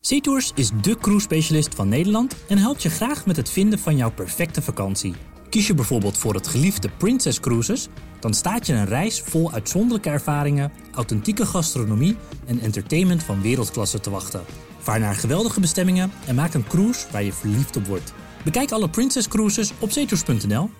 Seatours is dé cruise-specialist van Nederland en helpt je graag met het vinden van jouw perfecte vakantie. Kies je bijvoorbeeld voor het geliefde Princess Cruises, dan staat je een reis vol uitzonderlijke ervaringen, authentieke gastronomie en entertainment van wereldklasse te wachten. Vaar naar geweldige bestemmingen en maak een cruise waar je verliefd op wordt. Bekijk alle Princess Cruises op seatours.nl.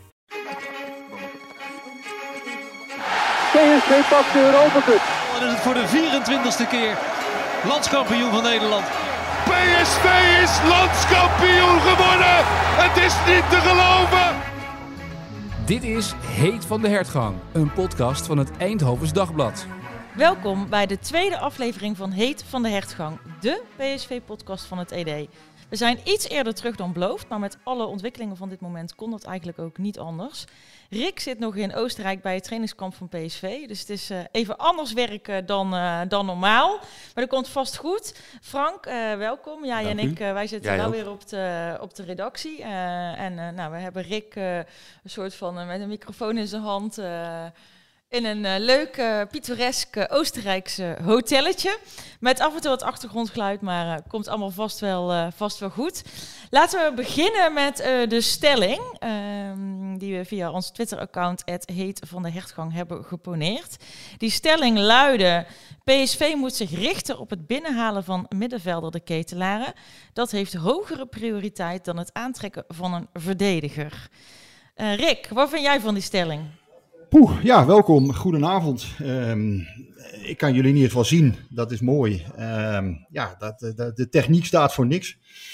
PSV pakt de Europa Cup. En is het voor de 24e keer landskampioen van Nederland. PSV is landskampioen geworden. Het is niet te geloven. Dit is Heet van de Hertgang, een podcast van het Eindhovens Dagblad. Welkom bij de tweede aflevering van Heet van de Hertgang, de PSV-podcast van het ED. We zijn iets eerder terug dan beloofd, maar met alle ontwikkelingen van dit moment kon dat eigenlijk ook niet anders. Rick zit nog in Oostenrijk bij het trainingskamp van PSV, dus het is even anders werken dan normaal. Maar dat komt vast goed. Frank, welkom. Jij en ik, wij zitten wel weer op de redactie. We hebben Rick een soort van met een microfoon in zijn hand in een leuk, pittoresk Oostenrijkse hotelletje. Met af en toe wat achtergrondgeluid, maar komt allemaal vast wel goed. Laten we beginnen met de stelling die we via ons Twitter-account @heetvandehertgang hebben geponeerd. Die stelling luidde: PSV moet zich richten op het binnenhalen van middenvelder de Ketelaren. Dat heeft hogere prioriteit dan het aantrekken van een verdediger. Rick, wat vind jij van die stelling? Ja, welkom. Goedenavond. Ik kan jullie in ieder geval zien. Dat is mooi. De techniek staat voor niks.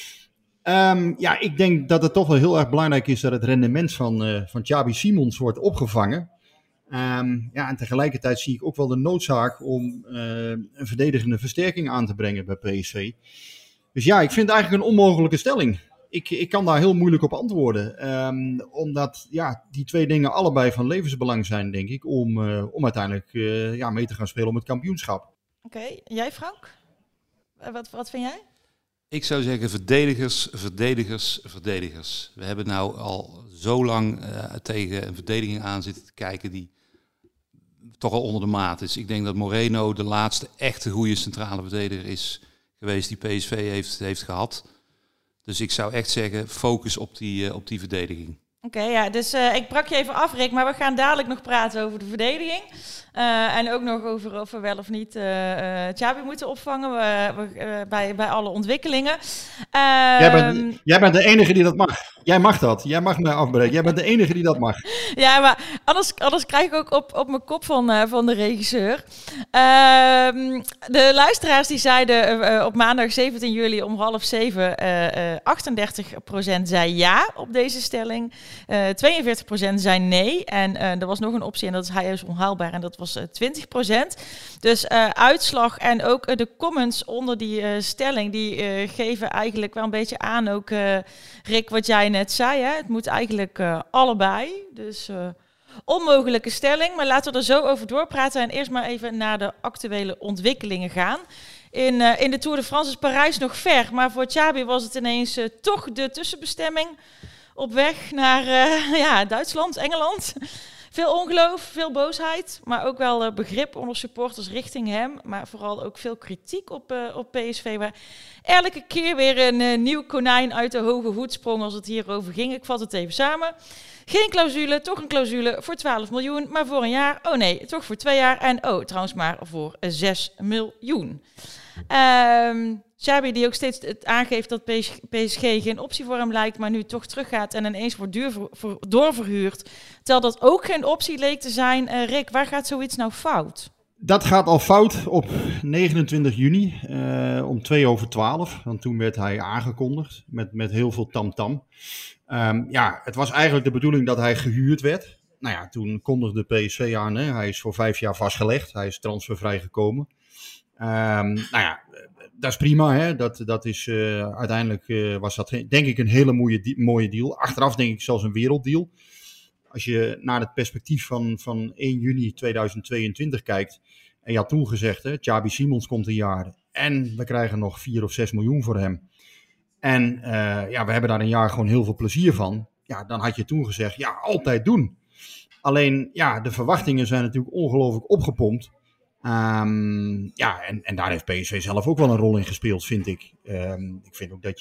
Ik denk dat het toch wel heel erg belangrijk is dat het rendement van Xabi Simons wordt opgevangen. En tegelijkertijd zie ik ook wel de noodzaak om een verdedigende versterking aan te brengen bij PSV. Dus ja, ik vind het eigenlijk een onmogelijke stelling. Ik kan daar heel moeilijk op antwoorden. Omdat die twee dingen allebei van levensbelang zijn, denk ik, om uiteindelijk mee te gaan spelen om het kampioenschap. Oké, jij Frank? Wat vind jij? Ik zou zeggen verdedigers. We hebben nou al zo lang tegen een verdediging aan zitten te kijken die toch al onder de maat is. Ik denk dat Moreno de laatste echte goede centrale verdediger is geweest die PSV heeft gehad. Dus ik zou echt zeggen, focus op die verdediging. Oké, dus ik brak je even af, Rick, maar we gaan dadelijk nog praten over de verdediging. En ook nog over of we wel of niet Xabi moeten opvangen bij alle ontwikkelingen. Jij bent de enige die dat mag. Jij mag dat. Jij mag mij afbreken. Jij bent de enige die dat mag. Ja, maar anders krijg ik ook op mijn kop van de regisseur. De luisteraars die zeiden op maandag 17 juli om 6:30, 38% zei ja op deze stelling. 42% zei nee. En er was nog een optie en dat is hij is onhaalbaar en dat was 20%. Dus uitslag en ook de comments onder die stelling, die geven eigenlijk wel een beetje aan ook, Rick, wat jij net zei. Hè? Het moet eigenlijk allebei. Dus onmogelijke stelling. Maar laten we er zo over doorpraten en eerst maar even naar de actuele ontwikkelingen gaan. In de Tour de France is Parijs nog ver, maar voor Xabi was het ineens toch de tussenbestemming op weg naar Duitsland, Engeland. Veel ongeloof, veel boosheid, maar ook wel begrip onder supporters richting hem. Maar vooral ook veel kritiek op PSV, waar elke keer weer een nieuw konijn uit de hoge hoed sprong als het hierover ging. Ik vat het even samen. Geen clausule, toch een clausule voor 12 miljoen, maar voor een jaar. Oh nee, toch voor 2 jaar en trouwens maar voor 6 miljoen. Xabi die ook steeds aangeeft dat PSG geen optie voor hem lijkt, maar nu toch teruggaat en ineens wordt doorverhuurd. Terwijl dat ook geen optie leek te zijn. Rick, waar gaat zoiets nou fout? Dat gaat al fout op 29 juni om 12:02. Want toen werd hij aangekondigd met heel veel tamtam. Het was eigenlijk de bedoeling dat hij gehuurd werd. Nou ja, toen kondigde PSV aan, hij is voor 5 jaar vastgelegd. Hij is transfervrij gekomen. Dat is prima. Hè? Dat is, uiteindelijk was dat denk ik een hele mooie deal. Achteraf denk ik zelfs een werelddeal. Als je naar het perspectief van 1 juni 2022 kijkt. En je had toen gezegd, Xabi Simons komt een jaar. En we krijgen nog 4 of 6 miljoen voor hem. En we hebben daar een jaar gewoon heel veel plezier van. Ja, dan had je toen gezegd, altijd doen. Alleen, de verwachtingen zijn natuurlijk ongelooflijk opgepompt. En daar heeft PSV zelf ook wel een rol in gespeeld, vind ik. Ik vind ook dat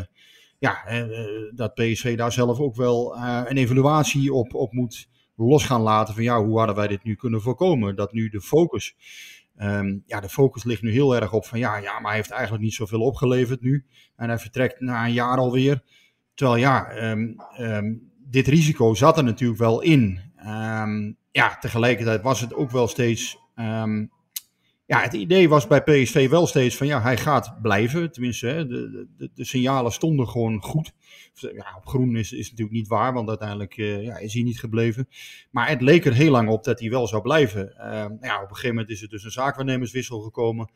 dat PSV daar zelf ook wel een evaluatie op moet los gaan laten. Van hoe hadden wij dit nu kunnen voorkomen? Dat nu de focus ligt nu heel erg op van maar hij heeft eigenlijk niet zoveel opgeleverd nu. En hij vertrekt na een jaar alweer. Terwijl dit risico zat er natuurlijk wel in. Tegelijkertijd was het ook wel steeds... het idee was bij PSV wel steeds van hij gaat blijven. Tenminste, de signalen stonden gewoon goed. Op groen is natuurlijk niet waar, want uiteindelijk is hij niet gebleven. Maar het leek er heel lang op dat hij wel zou blijven. Op een gegeven moment is er dus een zaakwaarnemerswissel gekomen.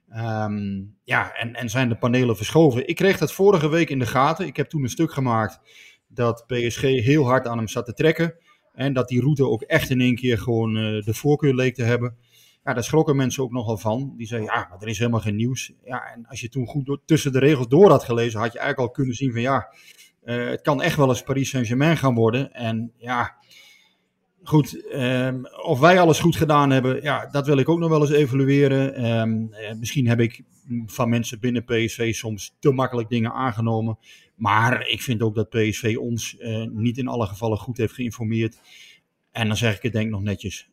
En zijn de panelen verschoven. Ik kreeg dat vorige week in de gaten. Ik heb toen een stuk gemaakt dat PSG heel hard aan hem zat te trekken. En dat die route ook echt in één keer gewoon de voorkeur leek te hebben. Ja, daar schrokken mensen ook nogal van. Die zeiden, maar er is helemaal geen nieuws. Ja, en als je toen goed tussen de regels door had gelezen, had je eigenlijk al kunnen zien van het kan echt wel eens Paris Saint-Germain gaan worden. En goed, of wij alles goed gedaan hebben, dat wil ik ook nog wel eens evalueren. Misschien heb ik van mensen binnen PSV soms te makkelijk dingen aangenomen. Maar ik vind ook dat PSV ons niet in alle gevallen goed heeft geïnformeerd. En dan zeg ik het denk ik nog netjes.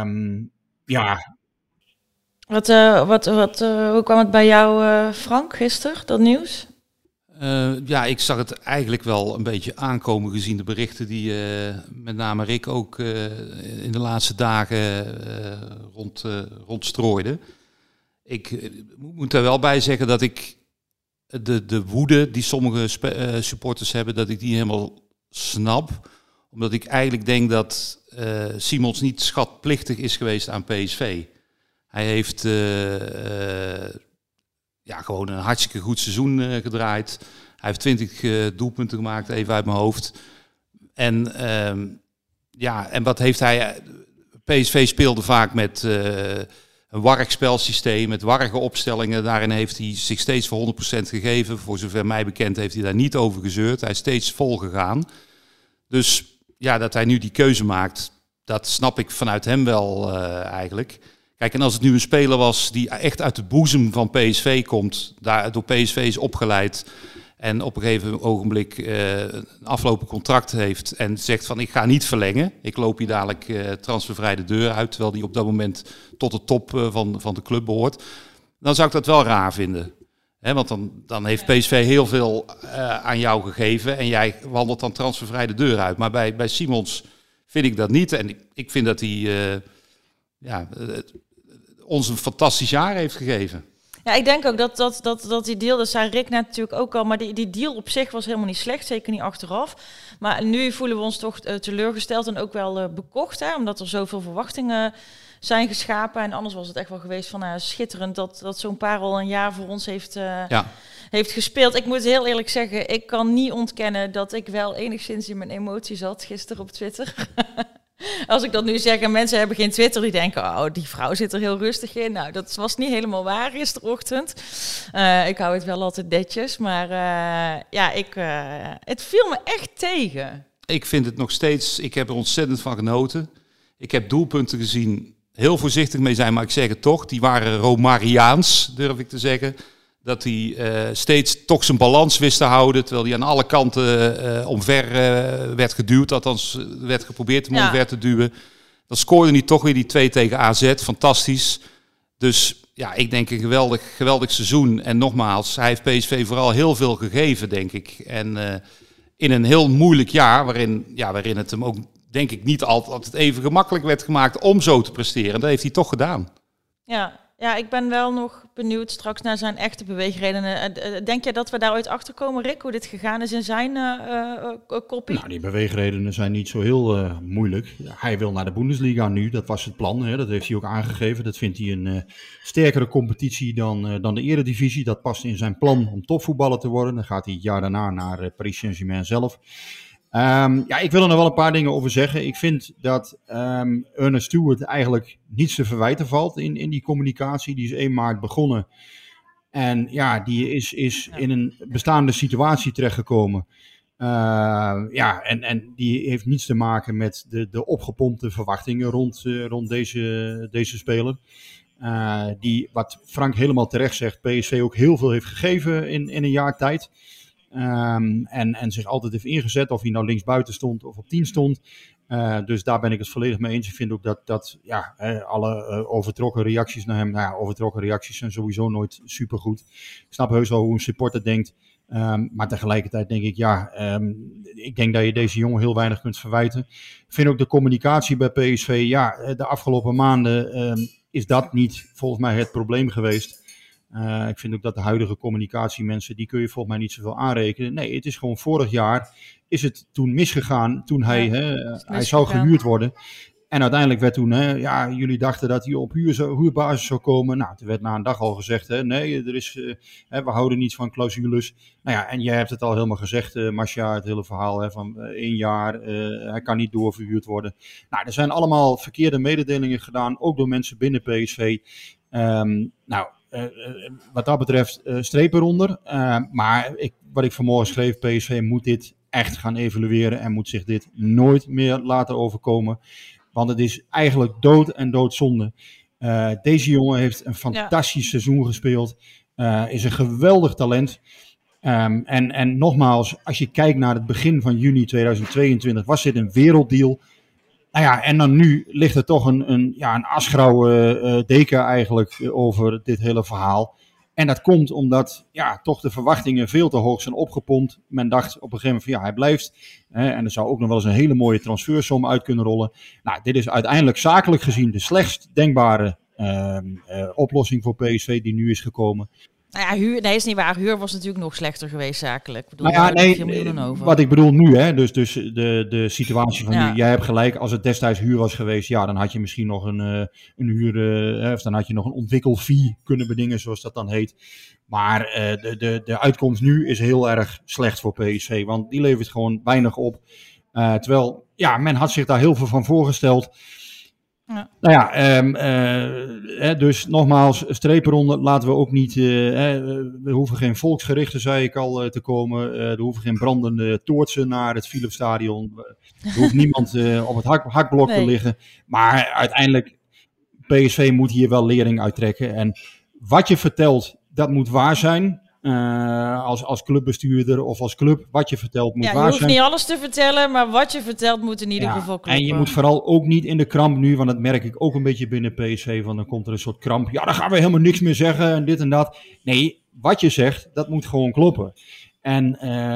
Hoe kwam het bij jou, Frank, gisteren, dat nieuws? Ik zag het eigenlijk wel een beetje aankomen gezien de berichten die met name Rick ook in de laatste dagen rondstrooide. Ik moet er wel bij zeggen dat ik de woede die sommige supporters hebben, dat ik die helemaal snap. Omdat ik eigenlijk denk dat Simons niet schatplichtig is geweest aan PSV. Hij heeft gewoon een hartstikke goed seizoen gedraaid. Hij heeft 20 doelpunten gemaakt, even uit mijn hoofd. En wat heeft hij... PSV speelde vaak met een warrig spelsysteem, met warrige opstellingen. Daarin heeft hij zich steeds voor 100% gegeven. Voor zover mij bekend heeft hij daar niet over gezeurd. Hij is steeds vol gegaan. Dus dat hij nu die keuze maakt, dat snap ik vanuit hem wel eigenlijk. Kijk, en als het nu een speler was die echt uit de boezem van PSV komt, daar door PSV is opgeleid en op een gegeven ogenblik een aflopend contract heeft en zegt van ik ga niet verlengen, ik loop hier dadelijk transfervrij de deur uit, terwijl hij op dat moment tot de top van de club behoort, dan zou ik dat wel raar vinden. Want dan heeft PSV heel veel aan jou gegeven en jij wandelt dan transfervrij de deur uit. Maar bij Simons vind ik dat niet en ik vind dat hij ons een fantastisch jaar heeft gegeven. Ja, ik denk ook dat die deal, dat zei Rick net natuurlijk ook al, maar die deal op zich was helemaal niet slecht, zeker niet achteraf. Maar nu voelen we ons toch teleurgesteld en ook wel bekocht, omdat er zoveel verwachtingen zijn geschapen. En anders was het echt wel geweest van schitterend dat zo'n parel een jaar voor ons heeft gespeeld. Ik moet heel eerlijk zeggen, ik kan niet ontkennen dat ik wel enigszins in mijn emoties zat gisteren op Twitter. Als ik dat nu zeg en mensen hebben geen Twitter, die denken, die vrouw zit er heel rustig in. Nou, dat was niet helemaal waar gisterochtend. Ik hou het wel altijd netjes, maar het viel me echt tegen. Ik vind het nog steeds, ik heb er ontzettend van genoten. Ik heb doelpunten gezien, heel voorzichtig mee zijn, maar ik zeg het toch, die waren Romariaans, durf ik te zeggen. Dat hij steeds toch zijn balans wist te houden, terwijl hij aan alle kanten omver werd geduwd. Althans, werd geprobeerd om omver te duwen. Dan scoorde hij toch weer die 2 tegen AZ. Fantastisch. Dus ik denk een geweldig seizoen. En nogmaals, hij heeft PSV vooral heel veel gegeven, denk ik. En in een heel moeilijk jaar, waarin het hem ook, denk ik, niet altijd even gemakkelijk werd gemaakt om zo te presteren. Dat heeft hij toch gedaan. Ja, ik ben wel nog benieuwd straks naar zijn echte beweegredenen. Denk je dat we daar ooit achter komen, Rick, hoe dit gegaan is in zijn koppie? Nou, die beweegredenen zijn niet zo heel moeilijk. Hij wil naar de Bundesliga nu, dat was het plan. Hè. Dat heeft hij ook aangegeven. Dat vindt hij een sterkere competitie dan de Eredivisie. Dat past in zijn plan om topvoetballer te worden. Dan gaat hij het jaar daarna naar Paris Saint-Germain zelf. Ik wil er nog wel een paar dingen over zeggen. Ik vind dat Ernest Stewart eigenlijk niets te verwijten valt in die communicatie. Die is 1 maart begonnen. En die is in een bestaande situatie terechtgekomen. En die heeft niets te maken met de opgepompte verwachtingen rond deze speler. Die, wat Frank helemaal terecht zegt, PSV ook heel veel heeft gegeven in een jaar tijd. En zich altijd heeft ingezet, of hij nou linksbuiten stond of op 10 stond. Dus daar ben ik het volledig mee eens. Ik vind ook dat alle overtrokken reacties naar hem... Nou ja, overtrokken reacties zijn sowieso nooit supergoed. Ik snap heus wel hoe een supporter denkt. Maar tegelijkertijd denk ik, ik denk dat je deze jongen heel weinig kunt verwijten. Ik vind ook de communicatie bij PSV, de afgelopen maanden is dat niet volgens mij het probleem geweest. Ik vind ook dat de huidige communicatiemensen, die kun je volgens mij niet zoveel aanrekenen. Nee, het is gewoon vorig jaar is het toen misgegaan, toen hij zou gehuurd worden. En uiteindelijk werd toen, jullie dachten dat hij op huurbasis zou komen. Nou, er werd na een dag al gezegd, nee, we houden niet van clausules. Nou ja, en jij hebt het al helemaal gezegd, Masha, het hele verhaal van 1 jaar, hij kan niet doorverhuurd worden. Nou, er zijn allemaal verkeerde mededelingen gedaan, ook door mensen binnen PSV. Wat dat betreft streep eronder. Maar wat ik vanmorgen schreef, PSV moet dit echt gaan evalueren en moet zich dit nooit meer laten overkomen. Want het is eigenlijk dood en doodzonde. Deze jongen heeft een fantastisch seizoen gespeeld. Is een geweldig talent. En nogmaals, als je kijkt naar het begin van juni 2022, was dit een werelddeal. Nou ja, en dan nu ligt er toch een asgrauwe deken eigenlijk over dit hele verhaal. En dat komt omdat toch de verwachtingen veel te hoog zijn opgepompt. Men dacht op een gegeven moment van hij blijft. En er zou ook nog wel eens een hele mooie transfersom uit kunnen rollen. Nou, dit is uiteindelijk zakelijk gezien de slechtst denkbare oplossing voor PSV die nu is gekomen. Nou ja, is niet waar. Huur was natuurlijk nog slechter geweest zakelijk. Ik bedoel, wat ik bedoel nu, dus de situatie van nu. Jij hebt gelijk, als het destijds huur was geweest, dan had je misschien nog een huur, of dan had je nog een ontwikkelfee kunnen bedingen, zoals dat dan heet. Maar de uitkomst nu is heel erg slecht voor PSV, want die levert gewoon weinig op. Terwijl, men had zich daar heel veel van voorgesteld. Ja. Nou dus nogmaals, streep eronder, laten we ook niet, we hoeven geen volksgerichten, zei ik al, te komen. Er hoeven geen brandende toortsen naar het Philipsstadion. Er hoeft niemand op het hakblok te liggen. Maar uiteindelijk, PSV moet hier wel lering uittrekken. En wat je vertelt, dat moet waar zijn. Als clubbestuurder of als club, wat je vertelt moet waar zijn. Je hoeft niet alles te vertellen, maar wat je vertelt moet in ieder geval kloppen. En je moet vooral ook niet in de kramp nu, want dat merk ik ook een beetje binnen PSV, van dan komt er een soort kramp. Ja, dan gaan we helemaal niks meer zeggen en dit en dat. Nee, wat je zegt, dat moet gewoon kloppen. En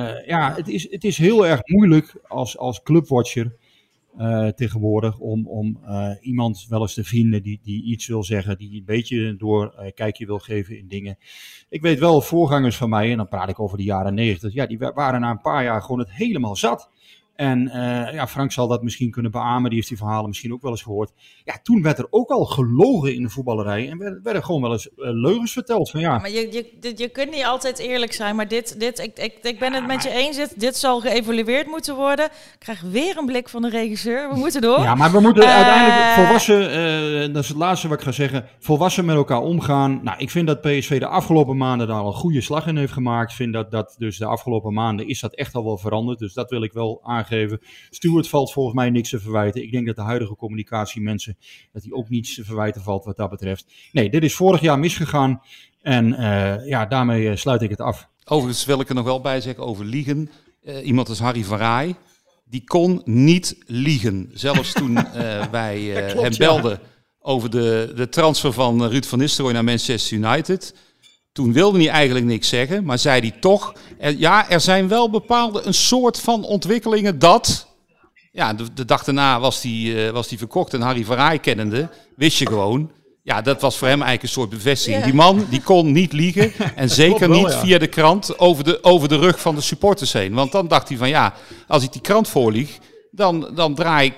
het is heel erg moeilijk als clubwatcher tegenwoordig om iemand wel eens te vinden die iets wil zeggen, die een beetje door kijkje wil geven in dingen. Ik weet wel, voorgangers van mij, en dan praat ik over de jaren 90, die waren na een paar jaar gewoon het helemaal zat. En Frank zal dat misschien kunnen beamen, die heeft die verhalen misschien ook wel eens gehoord. Ja, toen werd er ook al gelogen in de voetballerij en werden gewoon wel eens leugens verteld. Van, Maar je kunt niet altijd eerlijk zijn, maar ik ben het met je eens, dit zal geëvalueerd moeten worden. Ik krijg weer een blik van de regisseur, we moeten door. Ja, maar we moeten uiteindelijk volwassen, dat is het laatste wat ik ga zeggen, volwassen met elkaar omgaan. Nou, ik vind dat PSV de afgelopen maanden daar al een goede slag in heeft gemaakt. Ik vind dat dus de afgelopen maanden is dat echt al wel veranderd, dus dat wil ik wel aangeven. Stuart valt volgens mij niks te verwijten. Ik denk dat de huidige communicatiemensen, dat die ook niets te verwijten valt wat dat betreft. Nee, dit is vorig jaar misgegaan en daarmee sluit ik het af. Overigens wil ik er nog wel bij zeggen over liegen. Iemand als Harry van Rij, die kon niet liegen. Zelfs toen wij hem belden over de transfer van Ruud van Nistelrooy naar Manchester United. Toen wilde hij eigenlijk niks zeggen, maar zei hij toch, er zijn wel bepaalde een soort van ontwikkelingen dat... Ja, de dag daarna was die verkocht en Harry van Rij kennende, wist je gewoon... Ja, dat was voor hem eigenlijk een soort bevestiging. Ja. Die man die kon niet liegen en zeker wel, niet via de krant over de rug van de supporters heen. Want dan dacht hij van als ik die krant voorlieg, dan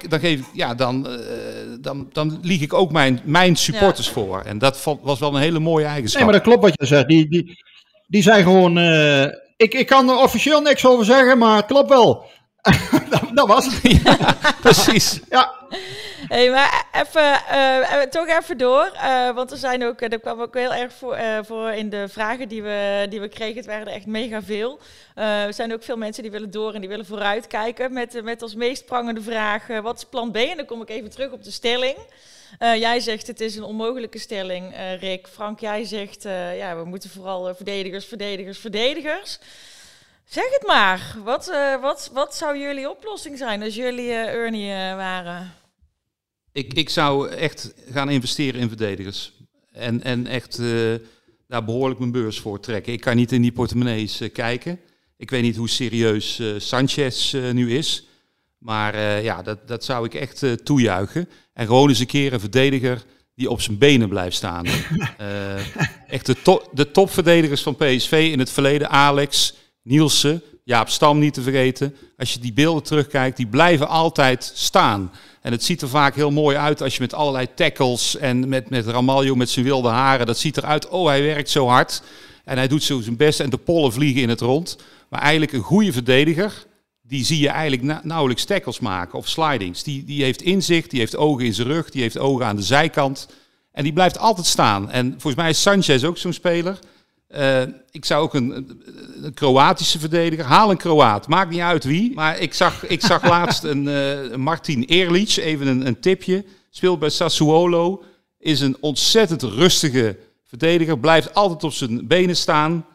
lieg ik ook mijn supporters voor. En dat was wel een hele mooie eigenschap. Nee, maar dat klopt wat je zegt. Die zei gewoon, ik kan er officieel niks over zeggen, maar het klopt wel. Dat was het. Ja, precies. Ja. Hey, maar even, toch even door. Want er kwam ook heel erg voor in de vragen die we kregen. Het waren er echt mega veel. Er zijn ook veel mensen die willen door en die willen vooruitkijken. Met als meest prangende vraag, wat is plan B? En dan kom ik even terug op de stelling. Jij zegt het is een onmogelijke stelling, Rick. Frank, jij zegt we moeten vooral verdedigers. Zeg het maar. Wat zou jullie oplossing zijn als jullie Ernie waren? Ik zou echt gaan investeren in verdedigers. En echt daar behoorlijk mijn beurs voor trekken. Ik kan niet in die portemonnees kijken. Ik weet niet hoe serieus Sanchez nu is. Maar dat zou ik echt toejuichen. En gewoon eens een keer een verdediger die op zijn benen blijft staan. Echt de topverdedigers van PSV in het verleden. Alex, Nielsen, Jaap Stam niet te vergeten. Als je die beelden terugkijkt, die blijven altijd staan. En het ziet er vaak heel mooi uit als je met allerlei tackles en met Ramaljo met zijn wilde haren. Dat ziet eruit, hij werkt zo hard. En hij doet zo zijn best en de pollen vliegen in het rond. Maar eigenlijk een goede verdediger, die zie je eigenlijk nauwelijks tackles maken of slidings. Die heeft inzicht, die heeft ogen in zijn rug, die heeft ogen aan de zijkant. En die blijft altijd staan. En volgens mij is Sanchez ook zo'n speler. Ik zou ook een Kroatische verdediger. Haal een Kroaat. Maakt niet uit wie. Maar ik zag laatst een Martin Erlic. Even een tipje. Speelt bij Sassuolo. Is een ontzettend rustige verdediger. Blijft altijd op zijn benen staan.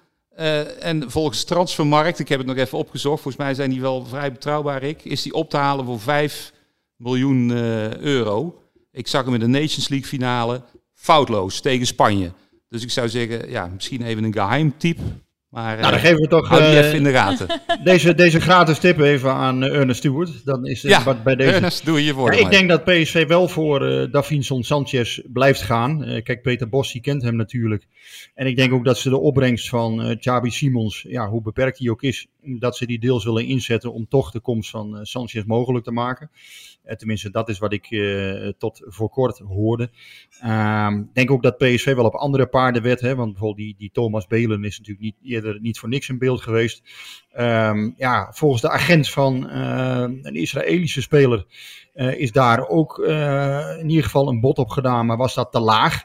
En volgens Transfermarkt, ik heb het nog even opgezocht. Volgens mij zijn die wel vrij betrouwbaar, Rick. Is die op te halen voor 5 miljoen euro. Ik zag hem in de Nations League finale. Foutloos tegen Spanje. Dus ik zou zeggen, misschien even een geheim tip. Maar dan geven we toch hou die even in de gaten. Deze gratis tip even aan Ernest Stewart. Dan is bij deze. Ernest, doe je voor. Ik denk dat PSV wel voor Davinson Sanchez blijft gaan. Kijk, Peter Bos, die kent hem natuurlijk. En ik denk ook dat ze de opbrengst van Xabi Simons, hoe beperkt die ook is, dat ze die deels willen inzetten om toch de komst van Sanchez mogelijk te maken. Tenminste, dat is wat ik tot voor kort hoorde. Ik denk ook dat PSV wel op andere paarden wedt. Want bijvoorbeeld die Thomas Belen is natuurlijk niet voor niks in beeld geweest. Volgens de agent van een Israëlische speler is daar ook in ieder geval een bod op gedaan. Maar was dat te laag?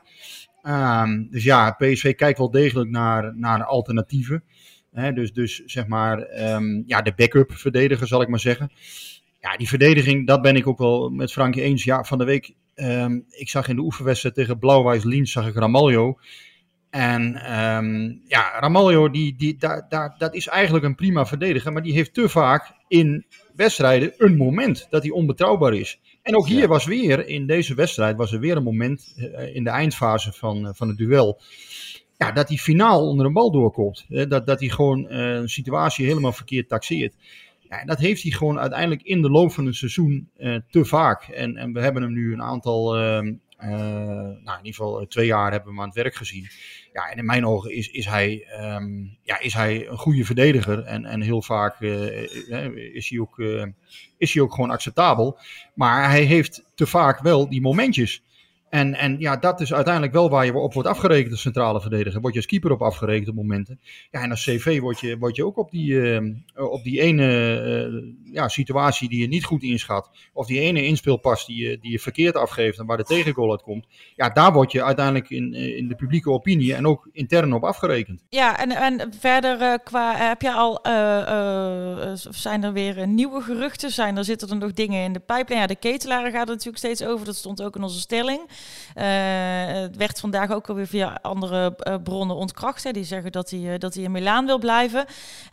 Dus PSV kijkt wel degelijk naar alternatieven. Dus zeg maar de backup verdediger zal ik maar zeggen. Ja, die verdediging, dat ben ik ook wel met Frankie eens. Ja, van de week, ik zag in de oefenwedstrijd tegen Blauw-Wijs Liens, zag ik Ramaljo. En Ramaljo, dat is eigenlijk een prima verdediger, maar die heeft te vaak in wedstrijden een moment dat hij onbetrouwbaar is. En ook hier was weer, in deze wedstrijd, was er weer een moment in de eindfase van het duel. Ja, dat hij finaal onder een bal doorkomt. Dat hij gewoon een situatie helemaal verkeerd taxeert. Ja, en dat heeft hij gewoon uiteindelijk in de loop van het seizoen te vaak. En we hebben hem nu een aantal, in ieder geval 2 jaar hebben we hem aan het werk gezien. Ja, en in mijn ogen is hij een goede verdediger. En heel vaak is hij ook gewoon acceptabel. Maar hij heeft te vaak wel die momentjes. En dat is uiteindelijk wel waar je op wordt afgerekend als centrale verdediger. Word je als keeper op afgerekend op momenten. Ja, en als CV word je ook op die ene situatie die je niet goed inschat. Of die ene inspeelpas die je verkeerd afgeeft en waar de tegengoal uit komt. Ja, daar word je uiteindelijk in de publieke opinie en ook intern op afgerekend. Ja, en verder heb je al, zijn er weer nieuwe geruchten? Zitten er nog dingen in de pijplijn? Ja, de ketelaren gaat er natuurlijk steeds over. Dat stond ook in onze stelling. Het werd vandaag ook alweer via andere bronnen ontkracht. Hè. Die zeggen dat hij in Milaan wil blijven.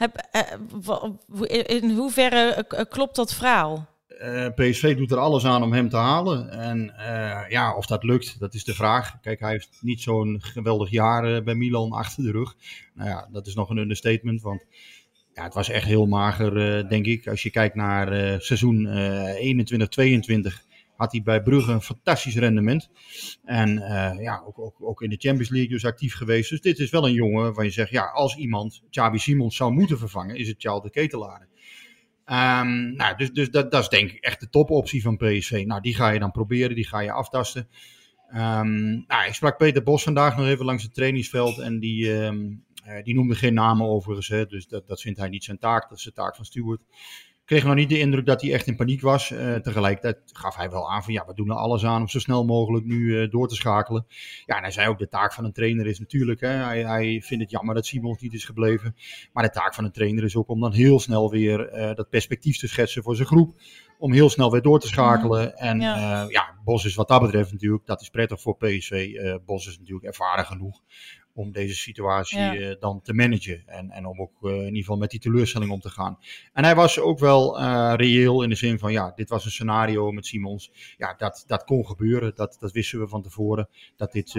In hoeverre klopt dat verhaal? PSV doet er alles aan om hem te halen. En of dat lukt, dat is de vraag. Kijk, hij heeft niet zo'n geweldig jaar bij Milan achter de rug. Nou ja, dat is nog een understatement, want het was echt heel mager, denk ik. Als je kijkt naar seizoen 21-22... had hij bij Brugge een fantastisch rendement. En ook in de Champions League dus actief geweest. Dus dit is wel een jongen waarvan je zegt, als iemand Xabi Simons zou moeten vervangen, is het Charles de Ketelaere. Dus dat is denk ik echt de topoptie van PSV. Nou, die ga je dan proberen, die ga je aftasten. Ik sprak Peter Bos vandaag nog even langs het trainingsveld en die noemde geen namen overigens. Hè, dus dat vindt hij niet zijn taak, dat is de taak van Stewart. kreeg nog niet de indruk dat hij echt in paniek was. Tegelijkertijd gaf hij wel aan van we doen er alles aan om zo snel mogelijk nu door te schakelen. Ja, en hij zei ook de taak van een trainer is natuurlijk, hij vindt het jammer dat Simons niet is gebleven. Maar de taak van een trainer is ook om dan heel snel weer dat perspectief te schetsen voor zijn groep. Om heel snel weer door te schakelen. En Bos is wat dat betreft natuurlijk, dat is prettig voor PSV. Bos is natuurlijk ervaren genoeg om deze situatie dan te managen. En om ook in ieder geval met die teleurstelling om te gaan. En hij was ook wel reëel in de zin van, dit was een scenario met Simons. Ja, dat kon gebeuren. Dat wisten we van tevoren. Dat dit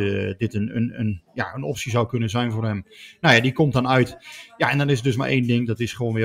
een optie zou kunnen zijn voor hem. Nou ja, die komt dan uit. Ja, en dan is het dus maar één ding. Dat is gewoon weer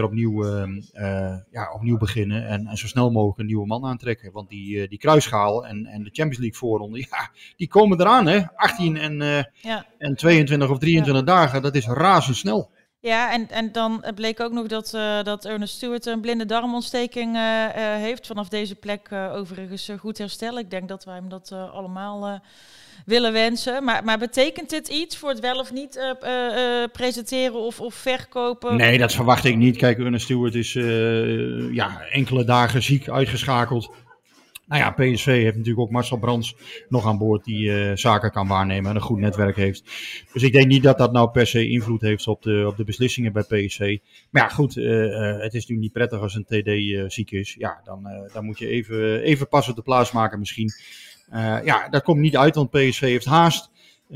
opnieuw beginnen. En zo snel mogelijk een nieuwe man aantrekken. Want die kruisschaal en de Champions League voorronde, die komen eraan, hè. 18 en 22 of 23 dagen, dat is razendsnel. Ja, en dan bleek ook nog dat Ernest Stewart een blinde darmontsteking heeft. Vanaf deze plek overigens goed herstel. Ik denk dat wij hem dat allemaal willen wensen. Maar betekent dit iets voor het wel of niet presenteren of verkopen? Nee, dat verwacht ik niet. Kijk, Ernest Stewart is enkele dagen ziek uitgeschakeld. Nou ja, PSV heeft natuurlijk ook Marcel Brands nog aan boord die zaken kan waarnemen en een goed netwerk heeft. Dus ik denk niet dat dat nou per se invloed heeft op de beslissingen bij PSV. Maar ja, goed, het is nu niet prettig als een TD ziek is. Ja, dan moet je even pas op de plaats maken misschien. Dat komt niet uit, want PSV heeft haast.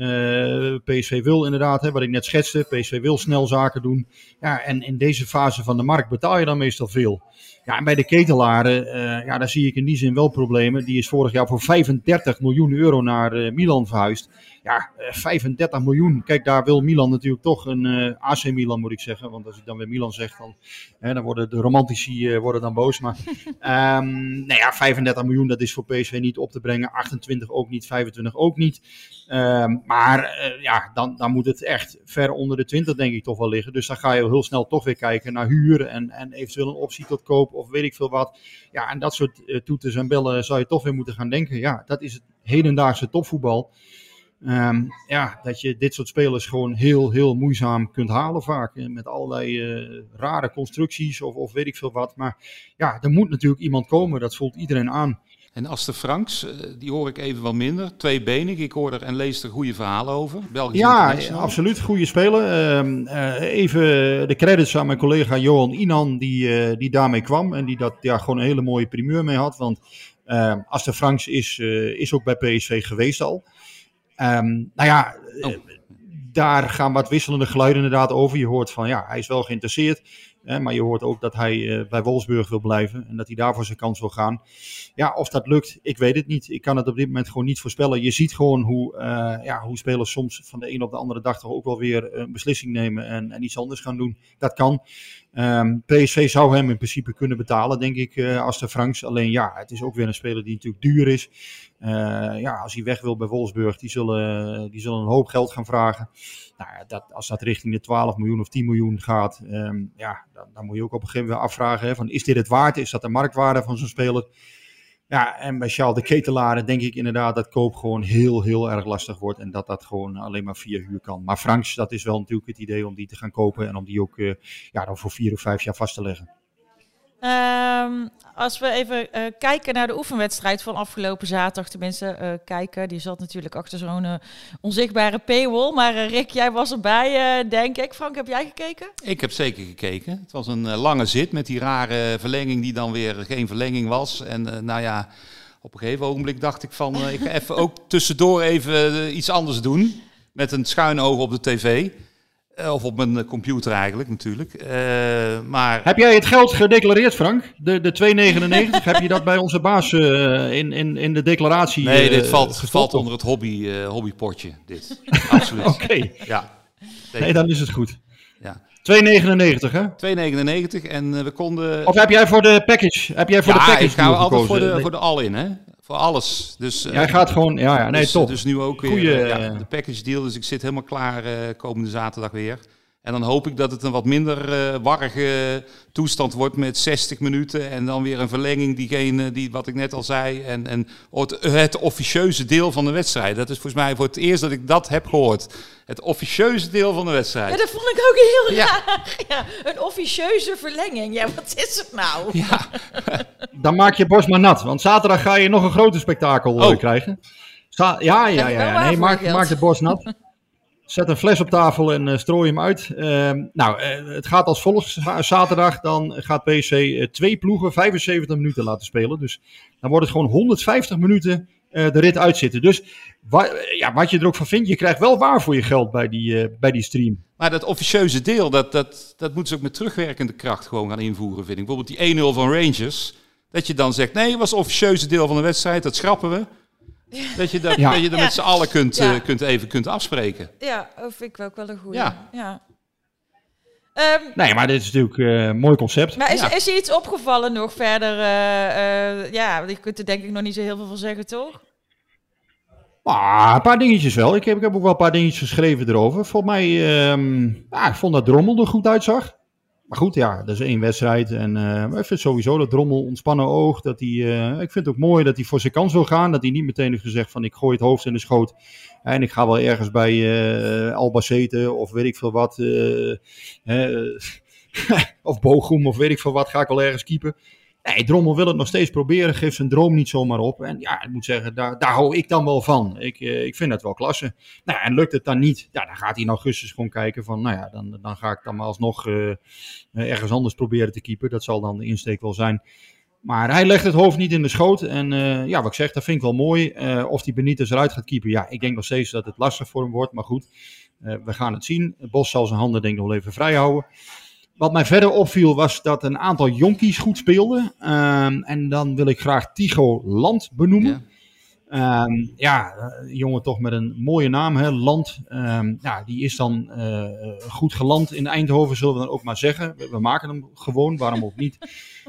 PSV wil inderdaad, wat ik net schetste, PSV wil snel zaken doen. Ja, en in deze fase van de markt betaal je dan meestal veel. Ja, en bij de ketelaren, daar zie ik in die zin wel problemen. Die is vorig jaar voor 35 miljoen euro naar Milan verhuisd. Ja, 35 miljoen. Kijk, daar wil Milan natuurlijk toch een AC Milan, moet ik zeggen. Want als ik dan weer Milan zeg, dan worden de romantici dan boos. Maar 35 miljoen, dat is voor PSV niet op te brengen. 28 ook niet, 25 ook niet. Dan moet het echt ver onder de 20 denk ik toch wel liggen. Dus dan ga je heel snel toch weer kijken naar huur en eventueel een optie tot koop of weet ik veel wat. Ja, en dat soort toeters en bellen zou je toch weer moeten gaan denken. Ja, dat is het hedendaagse topvoetbal. Dat je dit soort spelers gewoon heel, heel moeizaam kunt halen vaak. Met allerlei rare constructies of weet ik veel wat. Maar ja, er moet natuurlijk iemand komen. Dat voelt iedereen aan. En Aster Franks, die hoor ik even wat minder. Tweebenig, ik hoor er en lees er goede verhalen over. Belgisch absoluut. Goede speler. Even de credits aan mijn collega Johan Inan, die daarmee kwam. En die dat gewoon een hele mooie primeur mee had. Want Aster Franks is ook bij PSV geweest al. Daar gaan wat wisselende geluiden inderdaad over. Je hoort van, hij is wel geïnteresseerd. Maar je hoort ook dat hij bij Wolfsburg wil blijven. En dat hij daar voor zijn kans wil gaan. Ja, of dat lukt, ik weet het niet. Ik kan het op dit moment gewoon niet voorspellen. Je ziet gewoon hoe spelers soms van de een op de andere dag toch ook wel weer een beslissing nemen. En iets anders gaan doen. Dat kan. PSV zou hem in principe kunnen betalen, denk ik, als de Franks. Alleen het is ook weer een speler die natuurlijk duur is. Als hij weg wil bij Wolfsburg, die zullen een hoop geld gaan vragen. Als dat richting de 12 miljoen of 10 miljoen gaat, dan moet je ook op een gegeven moment afvragen, van, is dit het waard? Is dat de marktwaarde van zo'n speler? Ja, en bij Charles de Ketelaren denk ik inderdaad dat koop gewoon heel, heel erg lastig wordt. En dat gewoon alleen maar via huur kan. Maar Franks, dat is wel natuurlijk het idee om die te gaan kopen. En om die ook dan voor 4 of 5 jaar vast te leggen. Als we even kijken naar de oefenwedstrijd van afgelopen zaterdag. Tenminste, die zat natuurlijk achter zo'n onzichtbare paywall. Maar Rick, jij was erbij, denk ik. Frank, heb jij gekeken? Ik heb zeker gekeken. Het was een lange zit met die rare verlenging die dan weer geen verlenging was. En op een gegeven ogenblik dacht ik van, ik ga even ook tussendoor even iets anders doen. Met een schuin oog op de tv. Of op mijn computer eigenlijk natuurlijk. Maar... Heb jij het geld gedeclareerd, Frank? De 2,99? Heb je dat bij onze baas in de declaratie? Nee, dit valt onder het hobbypotje. Dit. Absoluut. Oké. Ja. Nee, dan is het goed. Ja. 2,99 hè? 2,99 en we konden... Of heb jij voor de package? Ik ga altijd voor de all-in, hè? Voor alles. Dus, jij gaat gewoon... top. Dus nu ook weer de package deal. Dus ik zit helemaal klaar komende zaterdag weer. En dan hoop ik dat het een wat minder warrige toestand wordt met 60 minuten. En dan weer een verlenging, die wat ik net al zei. En het officieuze deel van de wedstrijd. Dat is volgens mij voor het eerst dat ik dat heb gehoord. Het officieuze deel van de wedstrijd. Ja, dat vond ik ook heel raar. Ja, een officieuze verlenging. Ja, wat is het nou? Ja. Dan maak je borst maar nat. Want zaterdag ga je nog een groter spektakel krijgen. Nee, maak de borst nat. Zet een fles op tafel en strooi hem uit. Het gaat als volgt. Zaterdag dan gaat PSV 2 ploegen 75 minuten laten spelen. Dus dan wordt het gewoon 150 minuten de rit uitzitten. Dus wat je er ook van vindt, je krijgt wel waar voor je geld bij die stream. Maar dat officieuze deel, dat moeten ze ook met terugwerkende kracht gewoon gaan invoeren, vind ik. Bijvoorbeeld die 1-0 van Rangers. Dat je dan zegt, nee, het was het officieuze deel van de wedstrijd, dat schrappen we. Dat je dat met z'n allen kunt afspreken. Ja, dat vind ik ook wel een goeie. Ja. Nee, maar dit is natuurlijk een mooi concept. Maar is er iets opgevallen nog verder? Je kunt er denk ik nog niet zo heel veel van zeggen, toch? Een paar dingetjes wel. Ik heb ook wel een paar dingetjes geschreven erover. Volgens mij, ik vond dat Drommel er goed uitzag. Maar goed, dat is 1 wedstrijd. En ik vind sowieso dat Drommel ontspannen oog. Ik vind het ook mooi dat hij voor zijn kans wil gaan. Dat hij niet meteen heeft gezegd van ik gooi het hoofd in de schoot. En ik ga wel ergens bij Albacete of weet ik veel wat. Of Bochum of weet ik veel wat. Ga ik wel ergens keepen. Nee, Drommel wil het nog steeds proberen. Geeft zijn droom niet zomaar op. En ik moet zeggen, daar hou ik dan wel van. Ik vind het wel klasse. En lukt het dan niet, dan gaat hij in augustus gewoon kijken van, dan ga ik dan maar alsnog ergens anders proberen te keepen. Dat zal dan de insteek wel zijn. Maar hij legt het hoofd niet in de schoot. En wat ik zeg, dat vind ik wel mooi. Of die Benitez eruit gaat keepen. Ik denk nog steeds dat het lastig voor hem wordt. Maar goed, we gaan het zien. Bos zal zijn handen denk ik nog wel even vrij houden. Wat mij verder opviel was dat een aantal jonkies goed speelden. En dan wil ik graag Tycho Land benoemen. Jongen toch met een mooie naam, hè? Land. Die is dan goed geland in Eindhoven, zullen we dan ook maar zeggen. We maken hem gewoon, waarom ook niet.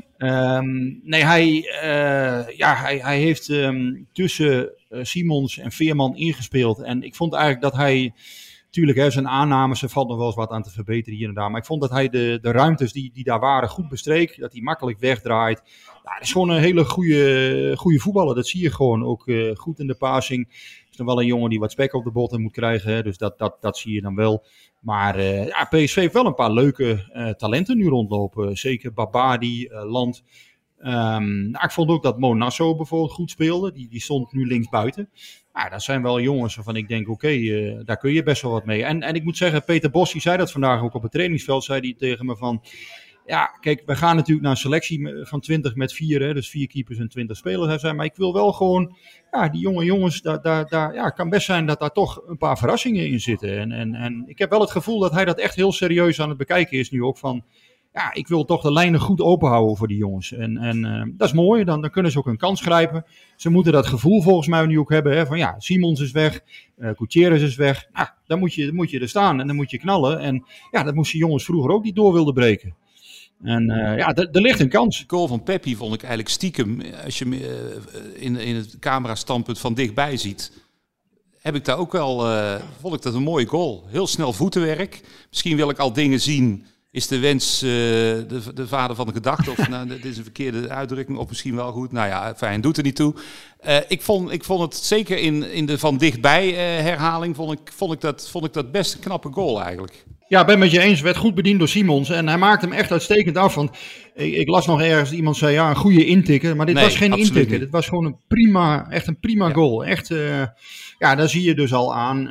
Hij heeft tussen Simons en Veerman ingespeeld. En ik vond eigenlijk dat hij... Tuurlijk, zijn aannames, er valt nog wel eens wat aan te verbeteren hier en daar. Maar ik vond dat hij de ruimtes die daar waren goed bestreek. Dat hij makkelijk wegdraait. Dat is gewoon een hele goede voetballer. Dat zie je gewoon. Ook goed in de passing. Is dan wel een jongen die wat spek op de botten moet krijgen. Hè? Dus dat zie je dan wel. Maar PSV heeft wel een paar leuke talenten nu rondlopen. Zeker Babadi, Land. Ik vond ook dat Mo Nasso bijvoorbeeld goed speelde. Die stond nu linksbuiten. Dat zijn wel jongens waarvan ik denk, daar kun je best wel wat mee. En ik moet zeggen, Peter Bos, die zei dat vandaag ook op het trainingsveld, zei hij tegen me van... Kijk, we gaan natuurlijk naar een selectie van 20 met 4, hè, dus 4 keepers en 20 spelers. Hij zei, maar ik wil wel gewoon, die jonge jongens, het kan best zijn dat daar toch een paar verrassingen in zitten. En ik heb wel het gevoel dat hij dat echt heel serieus aan het bekijken is nu ook van... ik wil toch de lijnen goed open houden voor die jongens. En dat is mooi, dan kunnen ze ook een kans grijpen. Ze moeten dat gevoel volgens mij nu ook hebben. Hè, van Simons is weg, Gutierrez is weg. Dan moet je er staan en dan moet je knallen. En dat moesten jongens vroeger ook die door wilden breken. En er ligt een kans. De goal van Peppi vond ik eigenlijk stiekem, als je in het camerastandpunt van dichtbij ziet... Heb ik daar ook wel, vond ik dat een mooie goal. Heel snel voetenwerk. Misschien wil ik al dingen zien... Is de wens de vader van de gedachte? Of dit is een verkeerde uitdrukking, of misschien wel goed. Fijn, doet er niet toe. Ik vond het zeker in de van dichtbij herhaling, vond ik dat best een knappe goal eigenlijk. Ja, ik ben met je eens. Werd goed bediend door Simons. En hij maakte hem echt uitstekend af. Want ik las nog ergens, iemand zei een goede intikker. Maar dit was geen intikker. Dit was gewoon een prima goal. Echt, daar zie je dus al aan.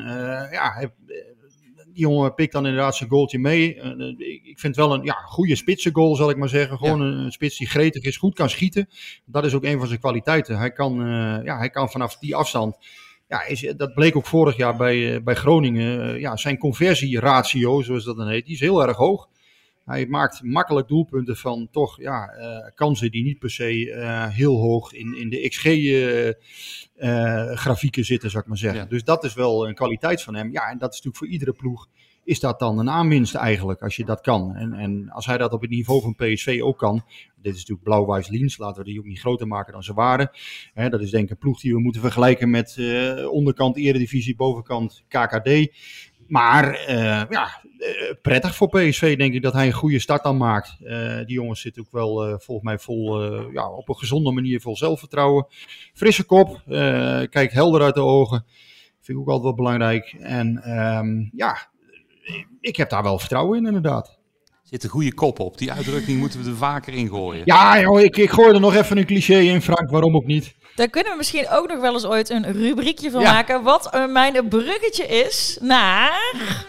Die jongen pikt dan inderdaad zijn goaltje mee. Ik vind het wel een goede spitsengoal, zal ik maar zeggen. Gewoon een spits die gretig is, goed kan schieten. Dat is ook een van zijn kwaliteiten. Hij kan vanaf die afstand... dat bleek ook vorig jaar bij Groningen. Zijn conversieratio, zoals dat dan heet, die is heel erg hoog. Hij maakt makkelijk doelpunten van toch kansen die niet per se heel hoog in de XG-grafieken zitten, zou ik maar zeggen. Ja. Dus dat is wel een kwaliteit van hem. Ja, en dat is natuurlijk voor iedere ploeg is dat dan een aanwinst eigenlijk, als je dat kan. En als hij dat op het niveau van PSV ook kan. Dit is natuurlijk Blauw-Weiß-Liens, laten we die ook niet groter maken dan ze waren. Dat is denk ik een ploeg die we moeten vergelijken met onderkant Eredivisie, bovenkant KKD. Maar prettig voor PSV denk ik dat hij een goede start dan maakt. Die jongens zitten ook wel volgens mij vol, op een gezonde manier vol zelfvertrouwen. Frisse kop, kijkt helder uit de ogen. Vind ik ook altijd wel belangrijk. En ik heb daar wel vertrouwen in inderdaad. Zit een goede kop op. Die uitdrukking moeten we er vaker in gooien. Ja, joh, ik gooi er nog even een cliché in, Frank. Waarom ook niet? Daar kunnen we misschien ook nog wel eens ooit een rubriekje van maken. Wat mijn bruggetje is naar...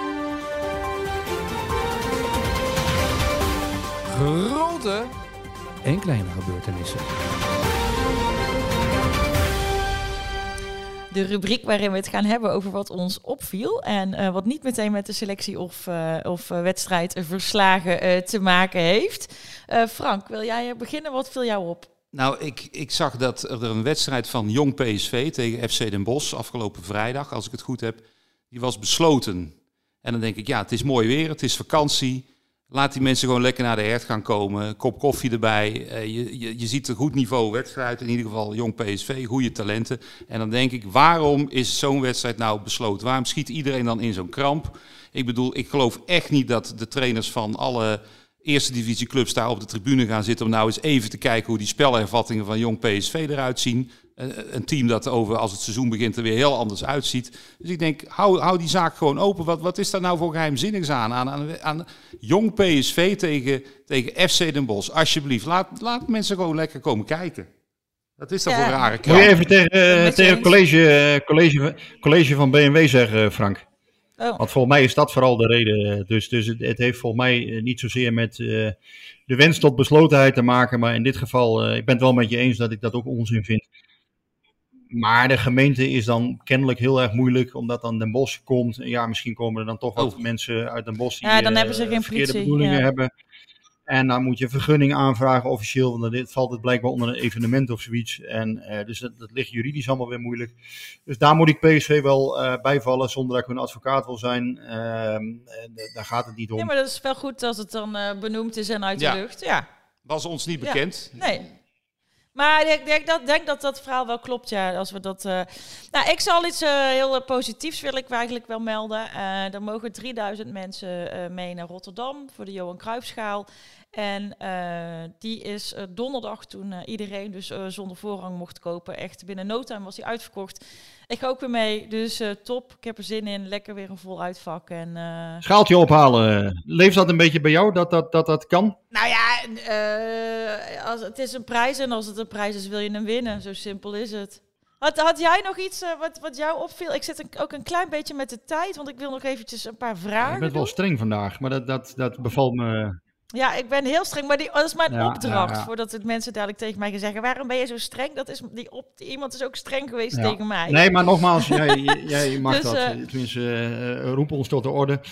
Grote en kleine gebeurtenissen. De rubriek waarin we het gaan hebben over wat ons opviel. En wat niet meteen met de selectie of wedstrijd verslagen te maken heeft. Frank, wil jij beginnen? Wat viel jou op? Nou, ik zag dat er een wedstrijd van Jong PSV tegen FC Den Bosch afgelopen vrijdag, als ik het goed heb, die was besloten. En dan denk ik, het is mooi weer, het is vakantie. Laat die mensen gewoon lekker naar de Hert gaan komen. Kop koffie erbij. Je ziet een goed niveau wedstrijd. In ieder geval Jong PSV, goede talenten. En dan denk ik, waarom is zo'n wedstrijd nou besloten? Waarom schiet iedereen dan in zo'n kramp? Ik bedoel, ik geloof echt niet dat de trainers van alle eerste divisieclubs daar op de tribune gaan zitten om nou eens even te kijken hoe die spelervattingen van Jong PSV eruit zien. Een team dat als het seizoen begint er weer heel anders uitziet. Dus ik denk, hou die zaak gewoon open. Wat is daar nou voor geheimzinnigs aan Jong PSV tegen FC Den Bosch? Alsjeblieft, laat mensen gewoon lekker komen kijken. Dat is toch voor rare kant. Moet je even tegen college van BMW zeggen, Frank? Oh. Want volgens mij is dat vooral de reden. Dus het heeft volgens mij niet zozeer met de wens tot beslotenheid te maken. Maar in dit geval, ik ben het wel met je eens dat ik dat ook onzin vind. Maar de gemeente is dan kennelijk heel erg moeilijk, omdat dan Den Bosch komt. Ja, misschien komen er dan toch wat mensen uit Den Bosch die dan hebben ze geen verkeerde politie, bedoelingen hebben. En dan moet je een vergunning aanvragen officieel, want dit valt het blijkbaar onder een evenement of zoiets. En dus dat ligt juridisch allemaal weer moeilijk. Dus daar moet ik PSV wel bijvallen, zonder dat ik hun advocaat wil zijn. Daar gaat het niet om. Ja, maar dat is wel goed als het dan benoemd is en uit de lucht. Ja. Was ons niet bekend. Ja. Nee. Maar ik denk dat verhaal wel klopt, ja. Als we dat, ik zal iets heel positiefs wil ik eigenlijk wel melden. Er mogen 3000 mensen mee naar Rotterdam voor de Johan Cruijffschaal. En die is donderdag, toen iedereen dus zonder voorrang mocht kopen. Echt binnen no time was die uitverkocht. Ik ga ook weer mee, dus top. Ik heb er zin in. Lekker weer een vol uitvak. En, schaaltje ophalen. Leeft dat een beetje bij jou, dat kan? Nou ja, het is een prijs en als het een prijs is wil je hem winnen. Zo simpel is het. Had jij nog iets wat jou opviel? Ik zit ook een klein beetje met de tijd, want ik wil nog eventjes een paar vragen Je bent wel streng vandaag, maar dat bevalt me. Ja, ik ben heel streng, maar dat is mijn opdracht. Voordat het mensen dadelijk tegen mij gaan zeggen, waarom ben je zo streng? Dat is iemand is ook streng geweest tegen mij. Nee, maar nogmaals, jij mag dus, dat. Tenminste, roep ons tot de orde.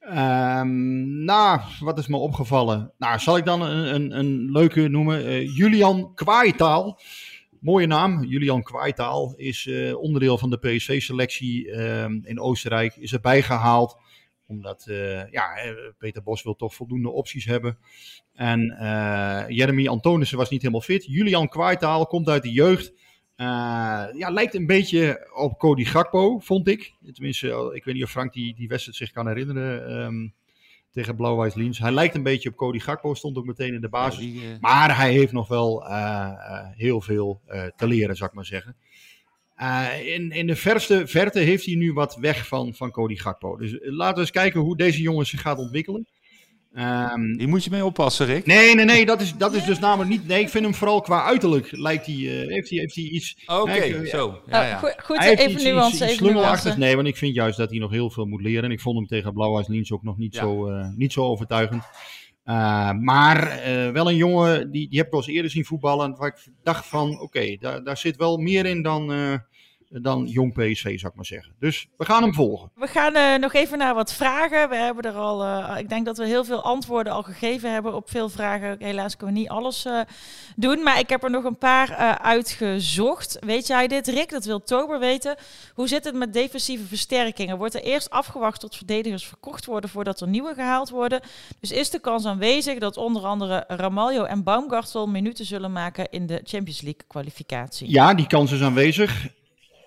Wat is me opgevallen? Nou, zal ik dan een leuke noemen? Julian Kwaaitaal. Mooie naam. Julian Kwaaitaal is onderdeel van de PSV-selectie in Oostenrijk. Is erbij gehaald. Omdat Peter Bos wil toch voldoende opties hebben. En Jeremy Antonissen was niet helemaal fit. Julian Kwaaitaal komt uit de jeugd. Lijkt een beetje op Cody Gakpo, vond ik. Tenminste, ik weet niet of Frank die wedstrijd zich kan herinneren tegen Blauw-Wijs Liens. Hij lijkt een beetje op Cody Gakpo, stond ook meteen in de basis. Maar hij heeft nog wel heel veel te leren, zou ik maar zeggen. In de verste verte heeft hij nu wat weg van Cody Gakpo. Dus laten we eens kijken hoe deze jongen zich gaat ontwikkelen. Hier moet je mee oppassen, Rick. Nee, dat is dus namelijk niet. Nee, ik vind hem vooral qua uiterlijk lijkt hij. Heeft hij iets. Oké, zo. Ja. Goed, even nuance. Iets slungelachtig. Nee, want ik vind juist dat hij nog heel veel moet leren. En ik vond hem tegen Blauw-Wijs Liens ook nog niet zo overtuigend. Maar wel een jongen, die heb ik al eens eerder zien voetballen. Waar ik dacht van, oké, daar zit wel meer in dan Jong PSV, zou ik maar zeggen. Dus we gaan hem volgen. We gaan nog even naar wat vragen. We hebben er al, ik denk dat we heel veel antwoorden al gegeven hebben op veel vragen. Helaas kunnen we niet alles doen, maar ik heb er nog een paar uitgezocht. Weet jij dit, Rick? Dat wil Tober weten. Hoe zit het met defensieve versterkingen? Wordt er eerst afgewacht tot verdedigers verkocht worden voordat er nieuwe gehaald worden? Dus is de kans aanwezig dat onder andere Ramaljo en Baumgartel minuten zullen maken in de Champions League kwalificatie? Ja, die kans is aanwezig.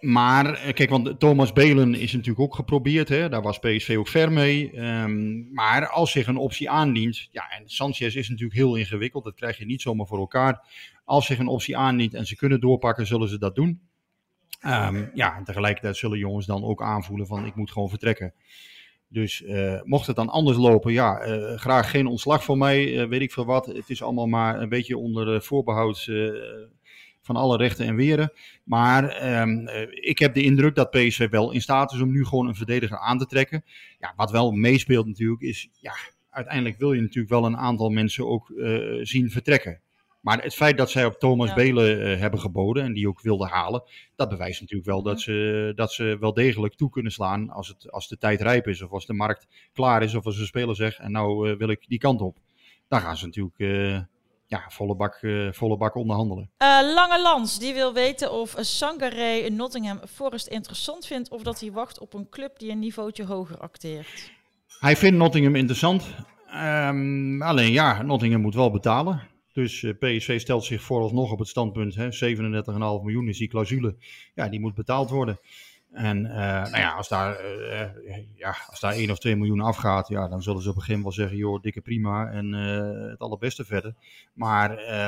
Maar kijk, want Thomas Belen is natuurlijk ook geprobeerd. Hè? Daar was PSV ook ver mee. Maar als zich een optie aandient. Ja, en Sanchez is natuurlijk heel ingewikkeld. Dat krijg je niet zomaar voor elkaar. Als zich een optie aandient en ze kunnen doorpakken, zullen ze dat doen. Ja, en tegelijkertijd zullen jongens dan ook aanvoelen van ik moet gewoon vertrekken. Dus mocht het dan anders lopen, ja, graag geen ontslag voor mij, weet ik veel wat. Het is allemaal maar een beetje onder voorbehoud van alle rechten en weren. Maar ik heb de indruk dat PSV wel in staat is om nu gewoon een verdediger aan te trekken. Ja, wat wel meespeelt natuurlijk is, ja, uiteindelijk wil je natuurlijk wel een aantal mensen ook zien vertrekken. Maar het feit dat zij op Thomas Belen hebben geboden en die ook wilden halen, dat bewijst natuurlijk wel dat ze wel degelijk toe kunnen slaan als de tijd rijp is of als de markt klaar is of als een speler zegt en nou wil ik die kant op. Dan gaan ze natuurlijk volle bak onderhandelen. Lange Lans, die wil weten of Sangaré Nottingham Forest interessant vindt of dat hij wacht op een club die een niveautje hoger acteert. Hij vindt Nottingham interessant. Alleen ja, Nottingham moet wel betalen. Dus PSV stelt zich vooralsnog op het standpunt, 37,5 miljoen is die clausule. Ja, die moet betaald worden. En als daar 1 of 2 miljoen afgaat, ja, dan zullen ze op een gegeven moment wel zeggen, joh, dikke prima en het allerbeste verder. Maar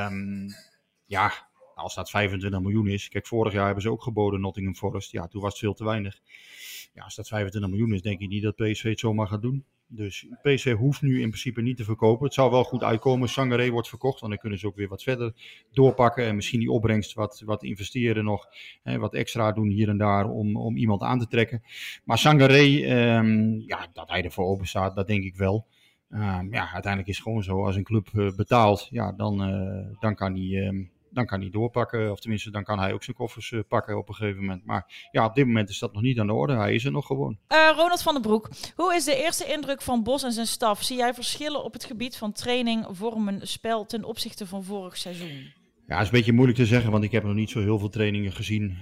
als dat 25 miljoen is, kijk, vorig jaar hebben ze ook geboden Nottingham Forest. Ja, toen was het veel te weinig. Ja, als dat 25 miljoen is, denk ik niet dat PSV het zomaar gaat doen. Dus PSV hoeft nu in principe niet te verkopen. Het zou wel goed uitkomen. Sangaré wordt verkocht, want dan kunnen ze ook weer wat verder doorpakken. En misschien die opbrengst wat investeren nog. Wat extra doen hier en daar om iemand aan te trekken. Maar Sangaré, dat hij ervoor open staat, dat denk ik wel. Uiteindelijk is het gewoon zo. Als een club betaalt, ja, dan kan hij doorpakken. Of tenminste, dan kan hij ook zijn koffers pakken op een gegeven moment. Maar ja, op dit moment is dat nog niet aan de orde. Hij is er nog gewoon. Ronald van den Broek, hoe is de eerste indruk van Bos en zijn staf? Zie jij verschillen op het gebied van training, vormen, spel ten opzichte van vorig seizoen? Ja, is een beetje moeilijk te zeggen, want ik heb nog niet zo heel veel trainingen gezien.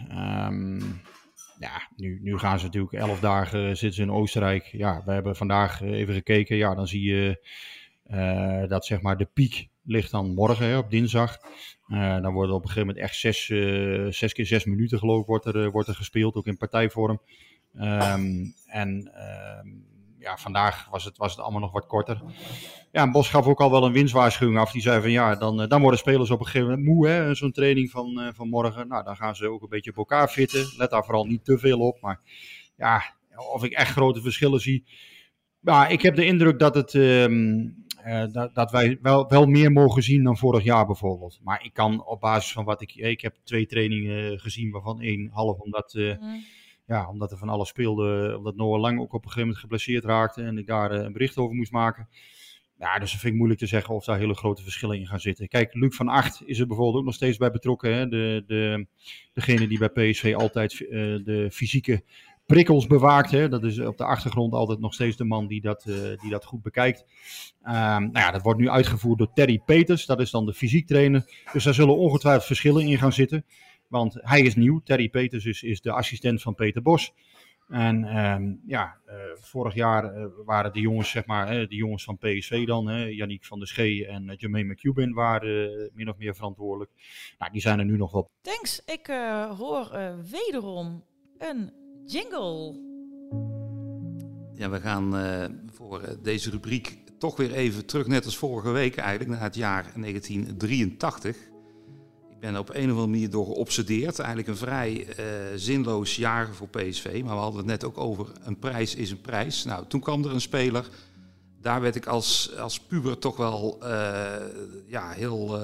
Nu gaan ze natuurlijk 11 dagen zitten ze in Oostenrijk. Ja, we hebben vandaag even gekeken. Ja, dan zie je dat zeg maar de piek ligt dan morgen, op dinsdag. Dan wordt op een gegeven moment echt 6 keer 6 minuten geloof ik wordt er gespeeld, ook in partijvorm. Vandaag was het allemaal nog wat korter. Ja, en Bos gaf ook al wel een winstwaarschuwing af. Die zei van ja, dan worden spelers op een gegeven moment moe, hè, zo'n training van morgen. Nou, dan gaan ze ook een beetje op elkaar fitten. Let daar vooral niet te veel op. Maar ja, of ik echt grote verschillen zie. Ja, ik heb de indruk dat het... dat wij wel meer mogen zien dan vorig jaar bijvoorbeeld. Maar ik kan op basis van wat ik heb 2 trainingen gezien, waarvan 1 half omdat er van alles speelde. Omdat Noah Lang ook op een gegeven moment geblesseerd raakte en ik daar een bericht over moest maken. Ja, dus dat vind ik moeilijk te zeggen of daar hele grote verschillen in gaan zitten. Kijk, Luc van Acht is er bijvoorbeeld ook nog steeds bij betrokken. Hè? Degene die bij PSV altijd de fysieke prikkels bewaakt. Hè? Dat is op de achtergrond altijd nog steeds de man die dat goed bekijkt. Dat wordt nu uitgevoerd door Terry Peters. Dat is dan de fysiek trainer. Dus daar zullen ongetwijfeld verschillen in gaan zitten. Want hij is nieuw. Terry Peters is de assistent van Peter Bos. En vorig jaar waren de jongens, zeg maar, de jongens van PSV dan. Yannick van der Schee en Jermaine McCubin waren min of meer verantwoordelijk. Nou, die zijn er nu nog wel. Thanks. Ik hoor wederom een jingle. Ja, we gaan voor deze rubriek toch weer even terug, net als vorige week eigenlijk, naar het jaar 1983. Ik ben op een of andere manier door geobsedeerd. Eigenlijk een vrij zinloos jaar voor PSV. Maar we hadden het net ook over een prijs is een prijs. Nou, toen kwam er een speler. Daar werd ik als puber toch wel heel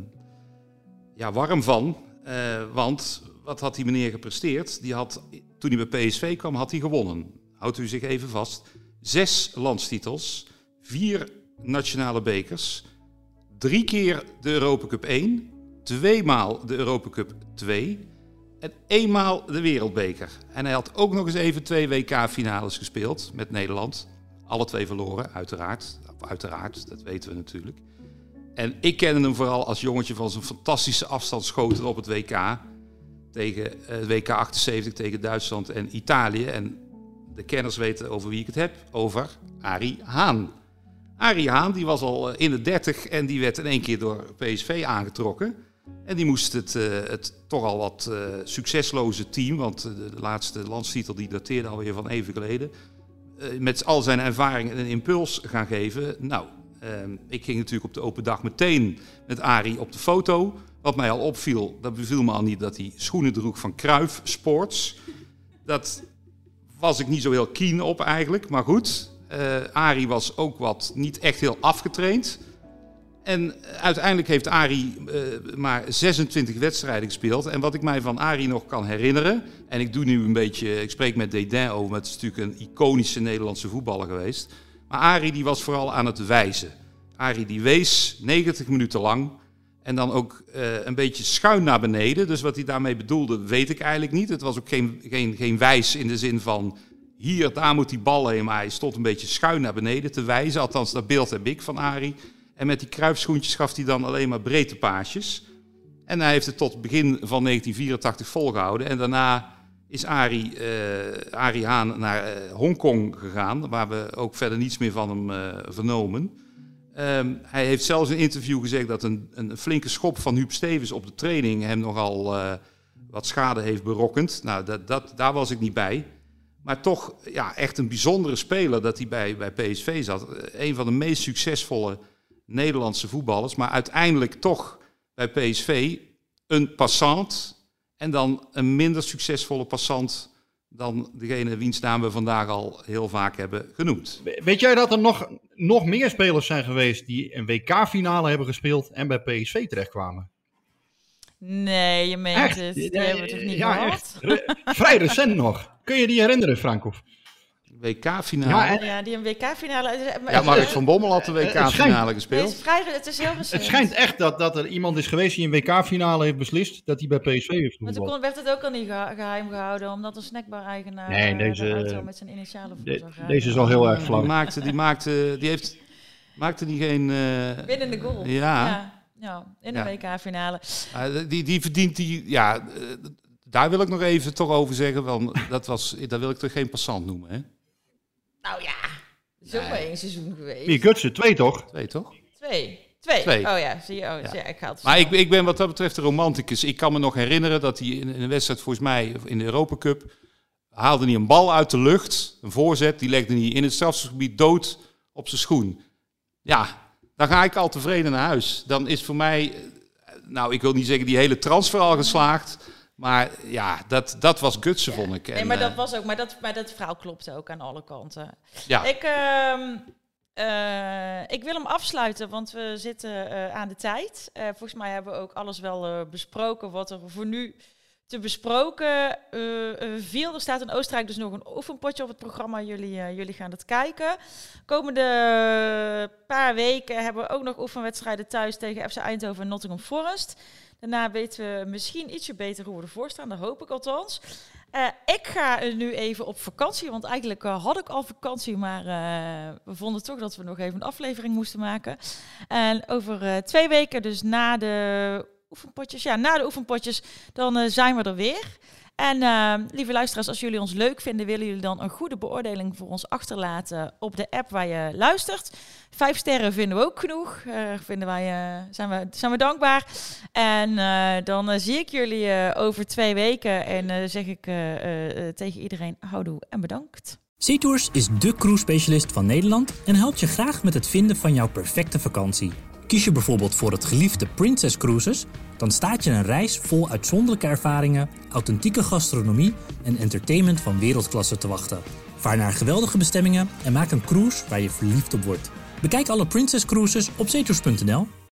warm van. Want wat had die meneer gepresteerd? Toen hij bij PSV kwam, had hij gewonnen. Houdt u zich even vast. 6 landstitels, 4 nationale bekers, 3 keer de Europa Cup 1, 2 maal de Europa Cup 2 en 1 maal de Wereldbeker. En hij had ook nog eens even 2 WK-finales gespeeld met Nederland. Alle 2 verloren, uiteraard. Uiteraard, dat weten we natuurlijk. En ik kende hem vooral als jongetje van zijn fantastische afstandsschoten op het WK. Tegen het WK 78 tegen Duitsland en Italië. En de kenners weten over wie ik het heb. Over Arie Haan. Arie Haan die was al in de 30 en die werd in één keer door PSV aangetrokken. En die moest het toch al wat succesloze team, want de laatste landstitel die dateerde alweer van even geleden, met al zijn ervaring een impuls gaan geven. Nou, ik ging natuurlijk op de open dag meteen met Arie op de foto. Wat mij al opviel, dat beviel me al niet, dat hij schoenen droeg van Cruyff Sports. Dat was ik niet zo heel keen op eigenlijk, maar goed. Arie was ook niet echt heel afgetraind. En uiteindelijk heeft Arie maar 26 wedstrijden gespeeld. En wat ik mij van Arie nog kan herinneren, en ik doe nu een beetje, ik spreek met Dédain over, maar het is natuurlijk een iconische Nederlandse voetballer geweest. Maar Arie die was vooral aan het wijzen. Arie die wees 90 minuten lang en dan ook een beetje schuin naar beneden. Dus wat hij daarmee bedoelde weet ik eigenlijk niet. Het was ook geen wijs in de zin van hier, daar moet die bal heen. Maar hij stond een beetje schuin naar beneden te wijzen. Althans, dat beeld heb ik van Arie. En met die Cruyffschoentjes gaf hij dan alleen maar breedtepaasjes. En hij heeft het tot begin van 1984 volgehouden. En daarna is Arie Haan naar Hongkong gegaan, waar we ook verder niets meer van hem vernomen. Hij heeft zelfs in een interview gezegd dat een flinke schop van Huub Stevens op de training hem nogal wat schade heeft berokkend. Nou, daar was ik niet bij. Maar toch echt een bijzondere speler dat hij bij PSV zat. Een van de meest succesvolle Nederlandse voetballers, maar uiteindelijk toch bij PSV een passant en dan een minder succesvolle passant dan degene wiens naam we vandaag al heel vaak hebben genoemd. Weet jij dat er nog meer spelers zijn geweest die een WK-finale hebben gespeeld en bij PSV terechtkwamen? Nee, je meent echt? Het. Die hebben we toch niet gehad? Echt. Vrij recent nog. Kun je die herinneren, Frank? WK-finale? Ja, die een WK-finale... Ja, Mark van Bommel had de WK-finale gespeeld. Nee, het is heel recent. Het schijnt echt dat er iemand is geweest die een WK-finale heeft beslist, dat hij bij PSV heeft gevoetbald. Maar toen werd het ook al niet geheim gehouden, omdat een snackbar-eigenaar de auto met zijn initialen voor zou rijden. Deze is al heel erg flauw. Die maakte die geen... Binnen de goal. Ja, in de WK-finale. Die verdient die... Ja, daar wil ik nog even toch over zeggen, want dat wil ik toch geen passant noemen, hè? Nou ja, het is ook maar 1 seizoen geweest. Wie Gutsen, 2 toch? 2 toch? 2. Oh ja, zie je. Ja, ik ga het maar ik ben wat dat betreft de romanticus. Ik kan me nog herinneren dat hij in een wedstrijd, volgens mij in de Europa Cup, haalde hij een bal uit de lucht, een voorzet, die legde hij in het strafschopgebied dood op zijn schoen. Ja, dan ga ik al tevreden naar huis. Dan is voor mij, nou ik wil niet zeggen die hele transfer al geslaagd, maar ja, dat was Gutsen, vond ik. Nee, maar dat was ook, maar dat verhaal klopte ook aan alle kanten. Ja. Ik wil hem afsluiten, want we zitten aan de tijd. Volgens mij hebben we ook alles wel besproken wat er voor nu te besproken viel. Er staat in Oostenrijk dus nog een oefenpotje op het programma. Jullie gaan het kijken. Komende paar weken hebben we ook nog oefenwedstrijden thuis tegen FC Eindhoven en Nottingham Forest. Daarna weten we misschien ietsje beter hoe we ervoor staan. Dat hoop ik althans. Ik ga nu even op vakantie, want eigenlijk had ik al vakantie, maar we vonden toch dat we nog even een aflevering moesten maken. En over 2 weken, dus na de oefenpotjes, dan zijn we er weer. En lieve luisteraars, als jullie ons leuk vinden, willen jullie dan een goede beoordeling voor ons achterlaten op de app waar je luistert. 5 sterren vinden we ook genoeg. Zijn we dankbaar. En dan zie ik jullie over 2 weken. En zeg ik tegen iedereen houdoe en bedankt. SeaTours is de cruise-specialist van Nederland en helpt je graag met het vinden van jouw perfecte vakantie. Kies je bijvoorbeeld voor het geliefde Princess Cruises, dan staat je een reis vol uitzonderlijke ervaringen, authentieke gastronomie en entertainment van wereldklasse te wachten. Vaar naar geweldige bestemmingen en maak een cruise waar je verliefd op wordt. Bekijk alle Princess Cruises op SeaTours.nl.